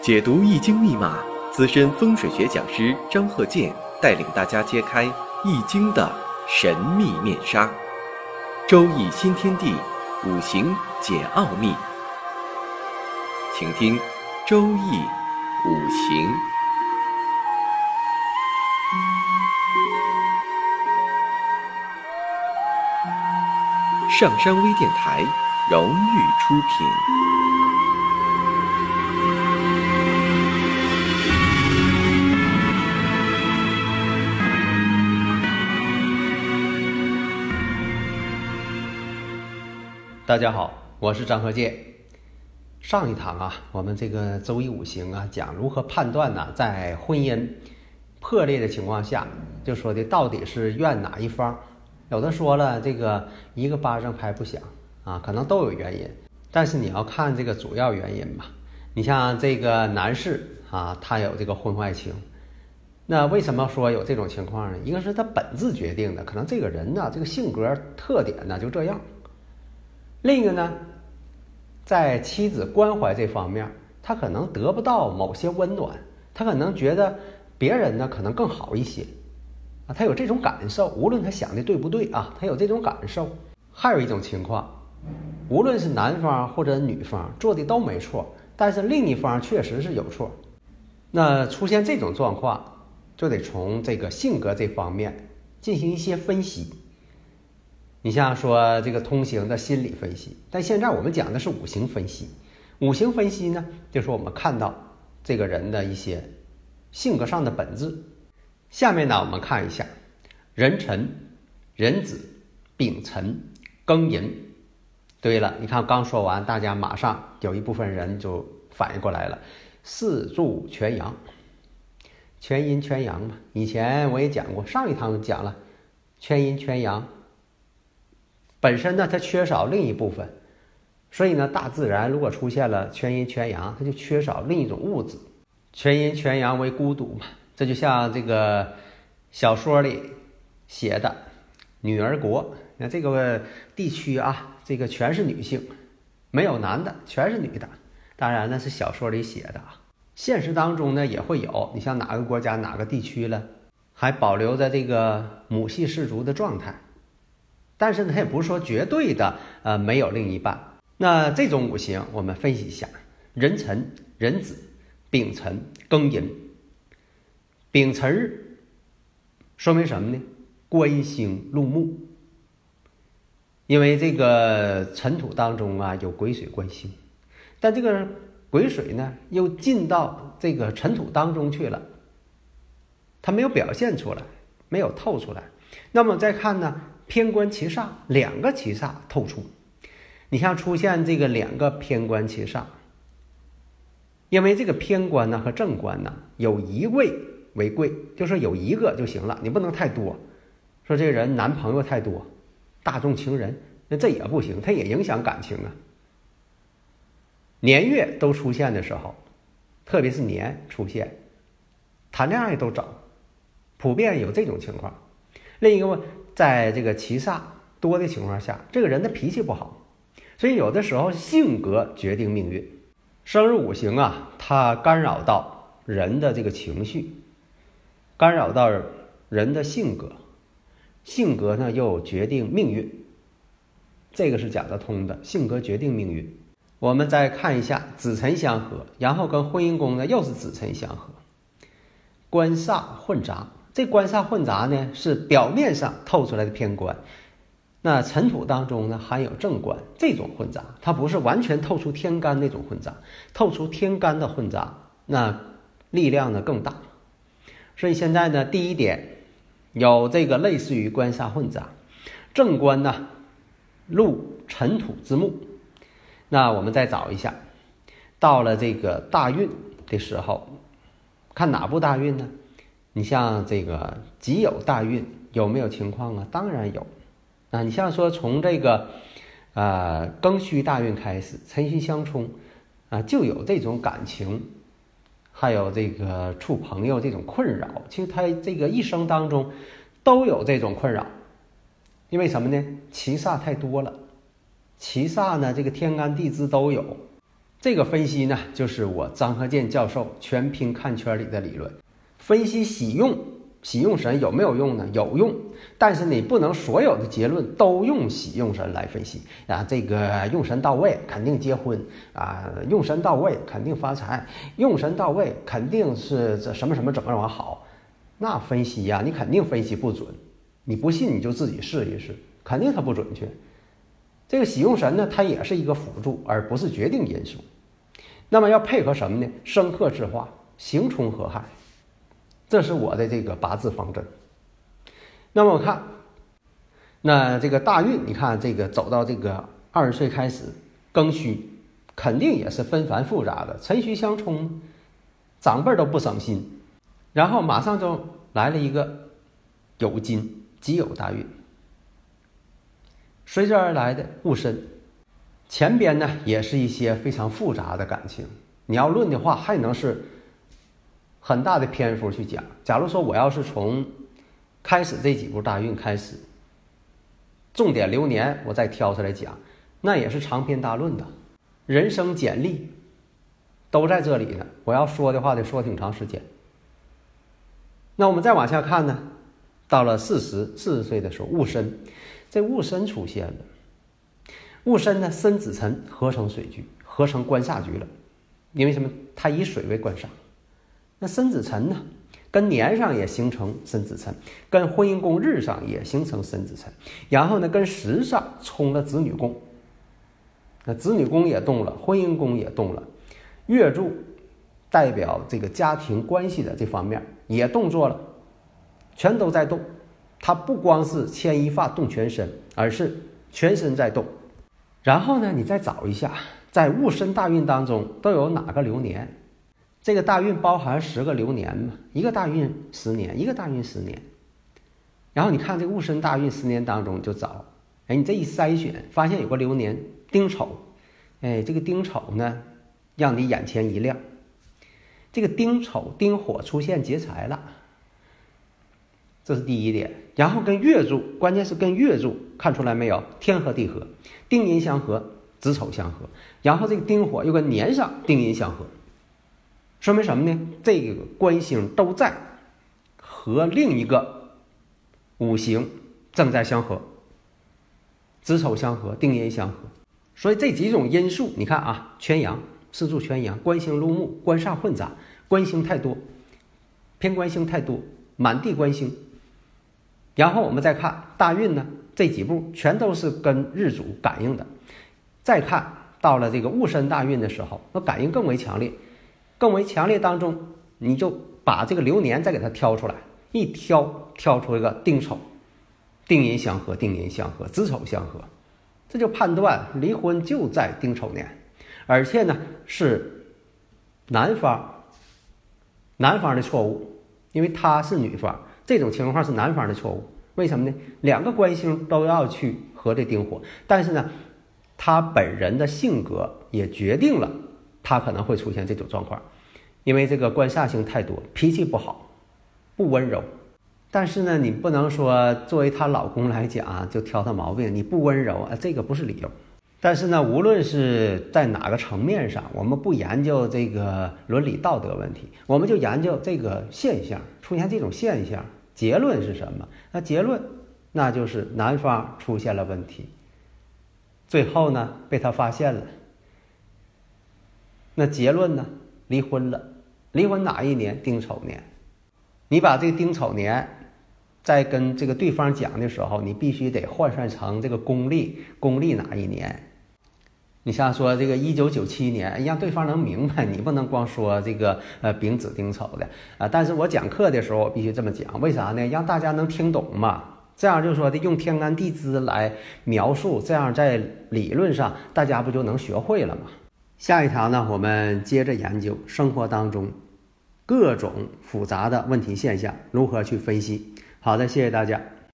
解读易经密码，资深风水学讲师张鹤剑带领大家揭开易经的神秘面纱。周易新天地，五行解奥秘。请听周易五行。上山微电台荣誉出品。 大家好，我是张鹤剑。上一堂我们这个周易五行讲如何判断在婚姻破裂的情况下，就说的到底是怨哪一方。有的说了，这个一个巴掌拍不响可能都有原因，但是你要看这个主要原因吧。你像这个男士他有这个婚外情，那为什么说有这种情况呢？一个是他本质决定的，可能这个人这个性格特点就这样。另一个呢，在妻子关怀这方面，他可能得不到某些温暖，他可能觉得别人可能更好一些他有这种感受，无论他想的对不对他有这种感受。还有一种情况，无论是男方或者女方做的都没错，但是另一方确实是有错。那出现这种状况，就得从这个性格这方面进行一些分析。你像说这个通行的心理分析，但现在我们讲的是五行分析。五行分析呢，就是我们看到这个人的一些性格上的本质。下面我们看一下壬辰、壬子、丙辰、庚寅。对了，你看刚说完，大家马上有一部分人就反应过来了，四柱全阳，全阴全阳嘛。以前我也讲过，上一堂讲了全阴全阳，本身它缺少另一部分，所以大自然如果出现了全阴全阳，它就缺少另一种物质。全阴全阳为孤独嘛，这就像这个小说里写的女儿国，那这个地区这个全是女性，没有男的，全是女的。当然那是小说里写的现实当中呢也会有。你像哪个国家哪个地区了，还保留着这个母系氏族的状态，但是它也不是说绝对的没有另一半。那这种五行我们分析一下，壬辰、壬子、丙辰、庚寅。丙辰日说明什么呢？官星入木。因为这个尘土当中有癸水官星，但这个癸水呢又进到这个尘土当中去了，它没有表现出来，没有透出来。那么再看呢，偏官七煞，两个七煞透出。你像出现这个两个偏官七煞，因为这个偏官和正官有一位为贵，就说有一个就行了，你不能太多。说这人男朋友太多，大众情人，那这也不行，它也影响感情年月都出现的时候，特别是年出现，谈恋爱都整，普遍有这种情况。另一个在这个七煞多的情况下，这个人的脾气不好，所以有的时候性格决定命运。生日五行它干扰到人的这个情绪，干扰到人的性格，性格呢又决定命运，这个是讲得通的，性格决定命运。我们再看一下子辰相合，然后跟婚姻宫呢又是子辰相合，官煞混杂。这官煞混杂呢是表面上透出来的偏官，那尘土当中呢含有正官，这种混杂它不是完全透出天干那种混杂，透出天干的混杂那力量呢更大。所以现在呢第一点有这个类似于官煞混杂，正官入尘土之木。那我们再找一下，到了这个大运的时候，看哪部大运呢？你像这个己酉大运有没有情况当然有。你像说从这个庚戌大运开始，辰戌相冲就有这种感情，还有这个处朋友这种困扰。其实他这个一生当中都有这种困扰，因为什么呢？七煞太多了，七煞呢这个天干地支都有， 这个分析呢，就是我张鹤健教授全凭看圈里的理论。分析喜用神有没有用呢？有用，但是你不能所有的结论都用喜用神来分析啊。这个用神到位肯定结婚啊，用神到位肯定发财，用神到位肯定是这什么什么怎么往好。那分析呀，你肯定分析不准，你不信你就自己试一试，肯定它不准确。这个喜用神呢，它也是一个辅助，而不是决定因素。那么要配合什么呢？生克制化，刑冲合害，这是我的这个八字方针。那么我看，那这个大运，你看这个走到这个20岁开始庚戌，肯定也是纷繁复杂的，辰戌相冲，长辈都不省心。然后马上就来了一个酉金己酉大运，随之而来的戊申。前边呢也是一些非常复杂的感情，你要论的话还能是很大的篇幅去讲。假如说我要是从开始这几部大运开始，重点流年我再挑出来讲，那也是长篇大论的，人生简历都在这里呢，我要说的话得说挺长时间。那我们再往下看呢，到了40岁的时候，戊申，这戊申出现了。戊申呢，申子辰合成水局，合成官煞局了。因为什么？它以水为官煞。那申子辰呢，跟年上也形成申子辰，跟婚姻宫日上也形成申子辰，然后呢，跟时上冲了子女宫。那子女宫也动了，婚姻宫也动了，月柱代表这个家庭关系的这方面也动作了，全都在动。它不光是牵一发动全身，而是全身在动。然后呢，你再找一下，在戊申大运当中都有哪个流年？这个大运包含10个流年嘛，一个大运10年，一个大运10年。然后你看这个戊申大运10年当中就找，你这一筛选，发现有个流年丁丑，这个丁丑呢，让你眼前一亮。这个丁丑丁火出现劫财了，这是第一点。然后跟月柱，关键是跟月柱看出来没有？天合地合，丁寅相合，子丑相合。然后这个丁火又跟年上丁寅相合，说明什么呢？这个官星都在和另一个五行正在相合，子丑相合，丁寅相合。所以这几种因素，你看啊，全阳四柱全阳，官星入木，官煞混杂，官星太多，偏官星太多，满地官星。然后我们再看大运呢，这几步全都是跟日主感应的。再看到了这个戊申大运的时候，那感应更为强烈，更为强烈当中，你就把这个流年再给它挑出来，一挑出一个丁丑，丁寅相合，丁寅相合，子丑相合，这就判断离婚就在丁丑年，而且呢是男方的错误，因为他是女方。这种情况是男方的错误，为什么呢？两个官星都要去合这丁火，但是呢，他本人的性格也决定了他可能会出现这种状况，因为这个官煞星太多，脾气不好，不温柔。但是呢，你不能说作为她老公来讲就挑她毛病，你不温柔这个不是理由。但是呢，无论是在哪个层面上，我们不研究这个伦理道德问题，我们就研究这个现象，出现这种现象，结论是什么？那结论那就是男方出现了问题，最后呢被他发现了。那结论呢？离婚了。离婚哪一年？丁丑年。你把这个丁丑年在跟这个对方讲的时候，你必须得换算成这个公历哪一年。你像说这个1997年，让对方能明白，你不能光说这个丙子丁丑的但是我讲课的时候我必须这么讲，为啥呢？让大家能听懂嘛。这样就说的用天干地支来描述，这样在理论上大家不就能学会了吗？下一堂呢，我们接着研究生活当中各种复杂的问题现象如何去分析。好的，谢谢大家。